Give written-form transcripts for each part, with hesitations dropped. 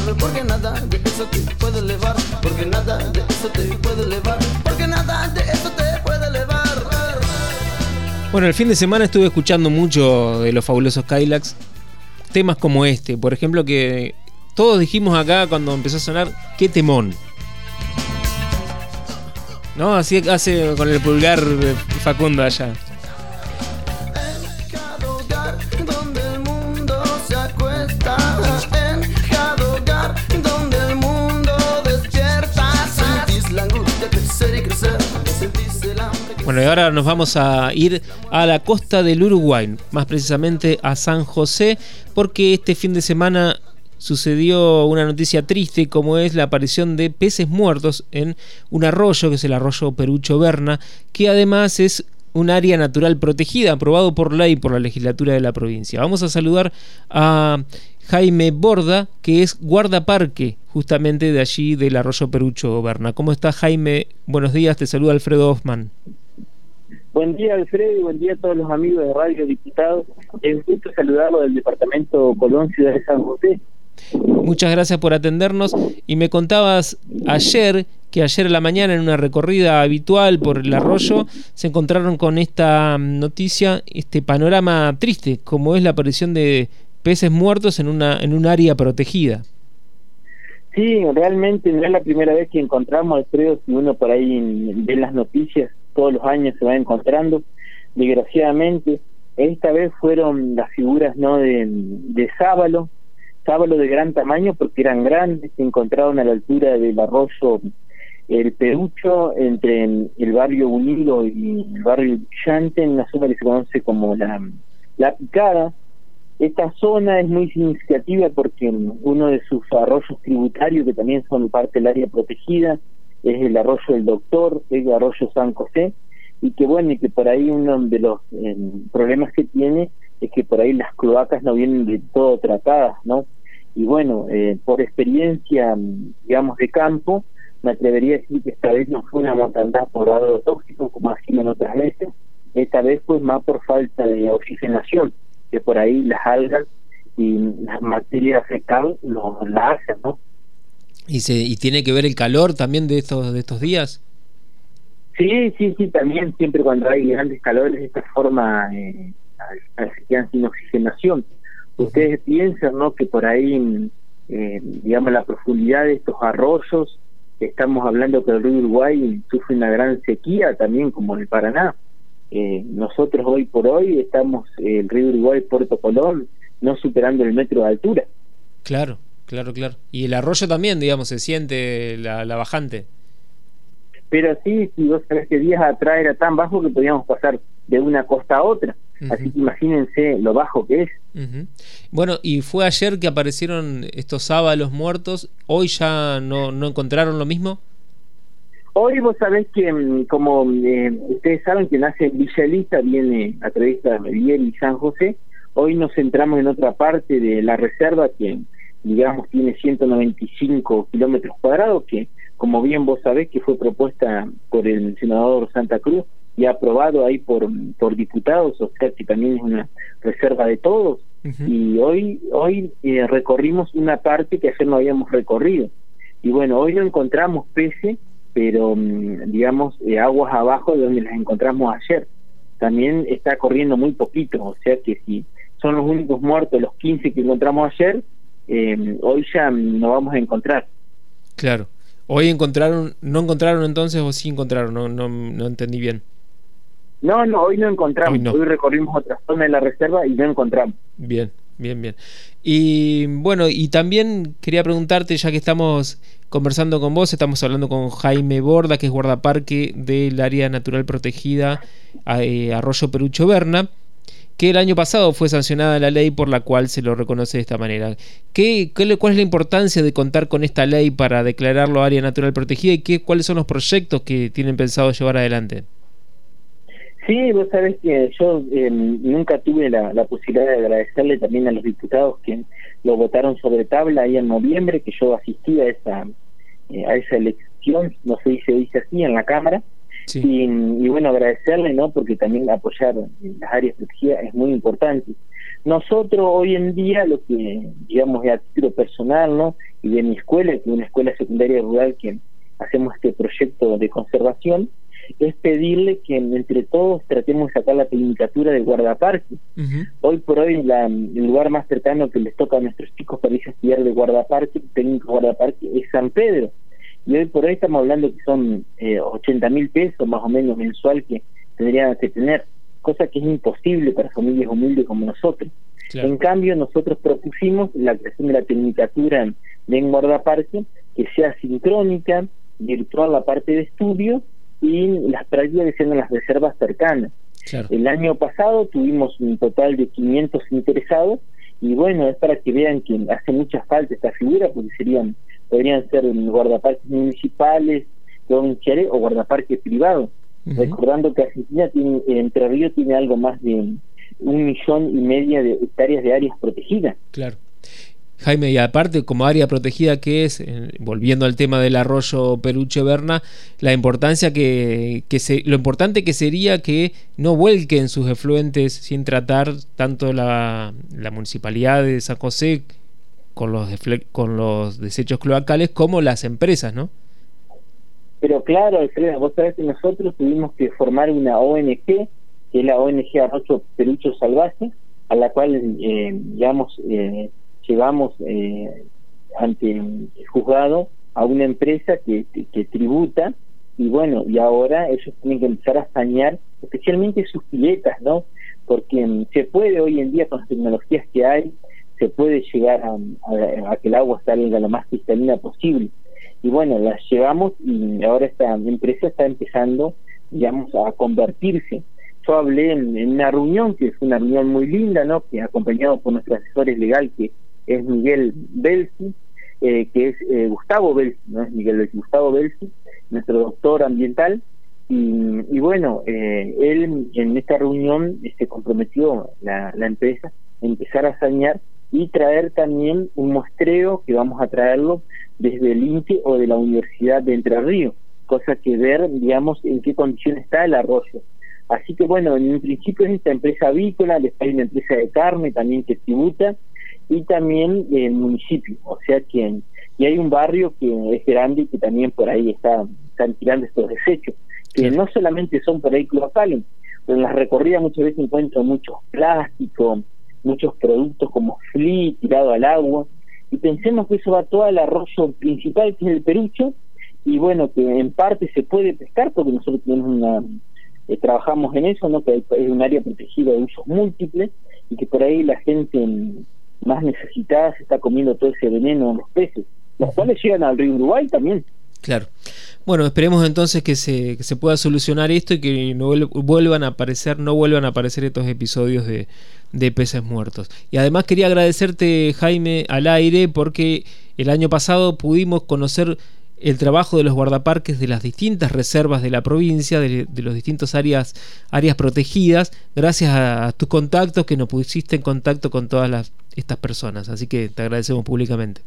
porque nada de eso te puede elevar, porque nada de eso te puede elevar, porque nada de eso te puede elevar. Bueno, el fin de semana estuve escuchando mucho de los Fabulosos Cadillacs, temas como este, por ejemplo, que todos dijimos acá cuando empezó a sonar, qué temón. ¿No? Así hace con el pulgar Facundo allá. Bueno, y ahora nos vamos a ir a la costa del Uruguay, más precisamente a San José, porque este fin de semana sucedió una noticia triste, como es la aparición de peces muertos en un arroyo, que es el arroyo Perucho Berna, que además es un área natural protegida, aprobado por ley por la legislatura de la provincia. Vamos a saludar a Jaime Borda, que es guardaparque justamente de allí del arroyo Perucho Berna. ¿Cómo está, Jaime? Buenos días, te saluda Alfredo Hoffman. Buen día, Alfredo, y buen día a todos los amigos de Radio Diputados. Es un gusto saludarlo del departamento Colón, ciudad de San José. Muchas gracias por atendernos. Y me contabas ayer que ayer a la mañana, en una recorrida habitual por el arroyo, se encontraron con esta noticia, este panorama triste, como es la aparición de peces muertos en un área protegida. Sí, realmente no es la primera vez que encontramos, Alfredo. Si uno por ahí ve las noticias, todos los años se va encontrando. Desgraciadamente, esta vez fueron las figuras, ¿no?, de sábalo de gran tamaño, porque eran grandes. Se encontraron a la altura del arroyo El Perucho, entre el barrio Unido y el barrio Brillante, en una zona que se conoce como la Picada. Esta zona es muy significativa porque uno de sus arroyos tributarios, que también son parte del área protegida, es el arroyo del Doctor, el arroyo San José, y que bueno, y que por ahí uno de los problemas que tiene es que por ahí las cloacas no vienen de todo tratadas, ¿no? Y bueno, por experiencia, digamos, de campo, me atrevería a decir que esta vez no fue una mortandad por agrotóxico como ha sido en otras veces. Esta vez fue más por falta de oxigenación, que por ahí las algas y las materias fecales la hacen, ¿no? ¿Y tiene que ver el calor también de estos días? Sí, también siempre cuando hay grandes calores de esta forma se quedan sin oxigenación. Ustedes piensan, ¿no?, que por ahí, digamos, la profundidad de estos arroyos, estamos hablando que el río Uruguay sufre una gran sequía también, como el Paraná. Nosotros hoy por hoy estamos, el río Uruguay, Puerto Colón, no superando el metro de altura. Claro. Y el arroyo también, digamos, se siente la bajante. Pero sí, vos sabés que días atrás era tan bajo que podíamos pasar de una costa a otra. Uh-huh. Así que imagínense lo bajo que es. Uh-huh. Bueno, y fue ayer que aparecieron estos sábalos muertos. ¿Hoy ya no encontraron lo mismo? Hoy vos sabés que, como ustedes saben que nace en Villa Elisa, viene a través de Miguel y San José. Hoy nos centramos en otra parte de la reserva que, digamos, tiene 195 kilómetros cuadrados, que, como bien vos sabés, que fue propuesta por el senador Santa Cruz y aprobado ahí por diputados, o sea que también es una reserva de todos. Uh-huh. Y hoy recorrimos una parte que ayer no habíamos recorrido. Y bueno, hoy no encontramos peces, pero digamos, aguas abajo de donde las encontramos ayer. También está corriendo muy poquito, o sea que si son los únicos muertos, los 15 que encontramos ayer, hoy ya no vamos a encontrar. Claro. Hoy no encontraron entonces, o sí encontraron, no entendí bien. No, hoy no encontramos. Hoy recorrimos otra zona de la reserva y no encontramos. Bien. Y bueno, y también quería preguntarte, ya que estamos conversando con vos, estamos hablando con Jaime Borda, que es guardaparque del área natural protegida Arroyo Perucho Berna, que el año pasado fue sancionada la ley por la cual se lo reconoce de esta manera. ¿Cuál es la importancia de contar con esta ley para declararlo área natural protegida y cuáles son los proyectos que tienen pensado llevar adelante? Sí, vos sabés que yo nunca tuve la posibilidad de agradecerle también a los diputados que lo votaron sobre tabla ahí en noviembre, que yo asistí a esa elección, no sé si se dice así, en la Cámara. Sí. Y bueno, agradecerle, ¿no?, porque también apoyar las áreas protegidas es muy importante. Nosotros hoy en día, lo que, digamos, a título personal, ¿no?, y de mi escuela, que es una escuela secundaria rural que hacemos este proyecto de conservación, es pedirle que entre todos tratemos de sacar la tecnicatura de guardaparque. Hoy por hoy el lugar más cercano que les toca a nuestros chicos para irse a estudiar de guardaparque, técnico guardaparque, es San Pedro. Y hoy por hoy estamos hablando que son 80.000 pesos más o menos mensual que tendrían que tener, cosa que es imposible para familias humildes como nosotros. Claro. En cambio, nosotros propusimos la creación de la tecnicatura de guardaparque, que sea sincrónica, virtual la parte de estudio, y las prácticas que sean en las reservas cercanas. Claro. El año pasado tuvimos un total de 500 interesados, y bueno, es para que vean que hace mucha falta esta figura, porque podrían ser guardaparques municipales, provinciales o guardaparques privados. Recordando que Argentina tiene, Entre Ríos tiene algo más de 1,5 millones de hectáreas de áreas protegidas. Claro. Jaime, y aparte, como área protegida que es, volviendo al tema del arroyo Peruche Berna, la importancia lo importante que sería que no vuelquen sus efluentes sin tratar tanto la municipalidad de San José con los desechos cloacales como las empresas, ¿no? Pero claro, Alfredo, vos sabés que nosotros tuvimos que formar una ONG, que es la ONG Arroyo Perucho Salvaje, a la cual, llevamos ante el juzgado a una empresa que tributa, y bueno, y ahora ellos tienen que empezar a sanear especialmente sus piletas, ¿no? Porque se puede hoy en día, con las tecnologías que hay, se puede llegar a que el agua salga lo más cristalina posible. Y bueno, las llevamos, y ahora esta empresa está empezando, a convertirse. Yo hablé en una reunión, que fue una reunión muy linda, ¿no?, que acompañado por nuestro asesor legal, que es Miguel Belsi, que es Gustavo Belsi, no es Miguel Belsi, Gustavo Belsi, nuestro doctor ambiental, y bueno, él en esta reunión se comprometió la empresa a empezar a sanear y traer también un muestreo, que vamos a traerlo desde el INTE o de la Universidad de Entre Ríos, cosa que ver, en qué condición está el arroyo. Así que bueno, en un principio es esta empresa avícola, después hay una empresa de carne también que tributa, y también el municipio, o sea que y hay un barrio que es grande y que también por ahí están tirando estos desechos, que no solamente son por ahí cloacales, pero en las recorridas muchas veces encuentro muchos plásticos, muchos productos como fli tirado al agua, y pensemos que eso va todo al arroyo principal, que es el Perucho, y bueno, que en parte se puede pescar, porque nosotros tenemos trabajamos en eso, ¿no?, que es un área protegida de usos múltiples, y que por ahí la gente más necesitada se está comiendo todo ese veneno en los peces, los cuales llegan al río Uruguay también. Claro. Bueno, esperemos entonces que se pueda solucionar esto y que no vuelvan a aparecer estos episodios de peces muertos. Y además quería agradecerte, Jaime, al aire, porque el año pasado pudimos conocer el trabajo de los guardaparques de las distintas reservas de la provincia, de los distintos áreas protegidas, gracias a tus contactos, que nos pusiste en contacto con todas estas personas. Así que te agradecemos públicamente.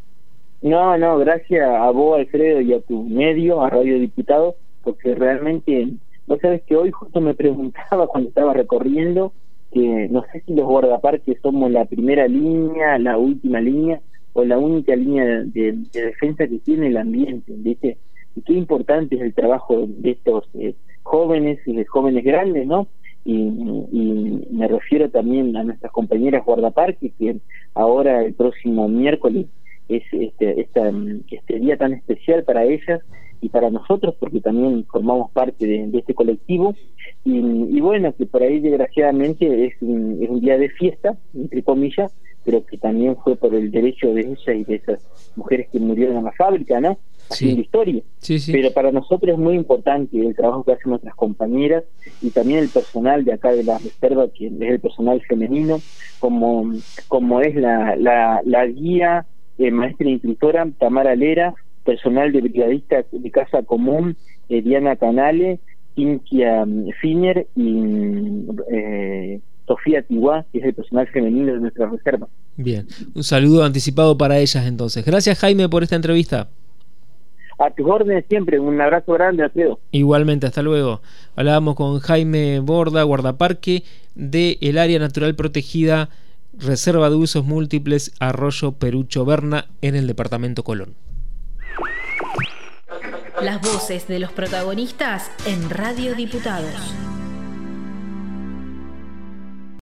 No, gracias a vos, Alfredo, y a tu medio, a Radio Diputado, porque realmente, vos sabés que hoy justo me preguntaba cuando estaba recorriendo, que no sé si los guardaparques somos la primera línea, la última línea, o la única línea de defensa que tiene el ambiente, ¿viste? Y qué importante es el trabajo de estos jóvenes grandes, ¿no? Y me refiero también a nuestras compañeras guardaparques, que ahora el próximo miércoles es este día tan especial para ellas y para nosotros, porque también formamos parte de este colectivo, y bueno, que por ahí desgraciadamente es un día de fiesta, entre comillas, pero que también fue por el derecho de ellas y de esas mujeres que murieron en la fábrica, ¿no? Haciendo historia. Sí. Pero para nosotros es muy importante el trabajo que hacen nuestras compañeras y también el personal de acá de la reserva, que es el personal femenino, como es la guía, maestra e instructora Tamara Lera, personal de brigadista de Casa Común, Diana Canale, Cintia Finer y Sofía Tiguá, que es el personal femenino de nuestra reserva. Bien, un saludo anticipado para ellas entonces. Gracias, Jaime, por esta entrevista. A tus órdenes siempre, un abrazo grande, Alfredo. Igualmente, hasta luego. Hablábamos con Jaime Borda, guardaparque del área natural protegida Reserva de Usos Múltiples Arroyo Perucho Berna en el departamento Colón. Las voces de los protagonistas en Radio Diputados.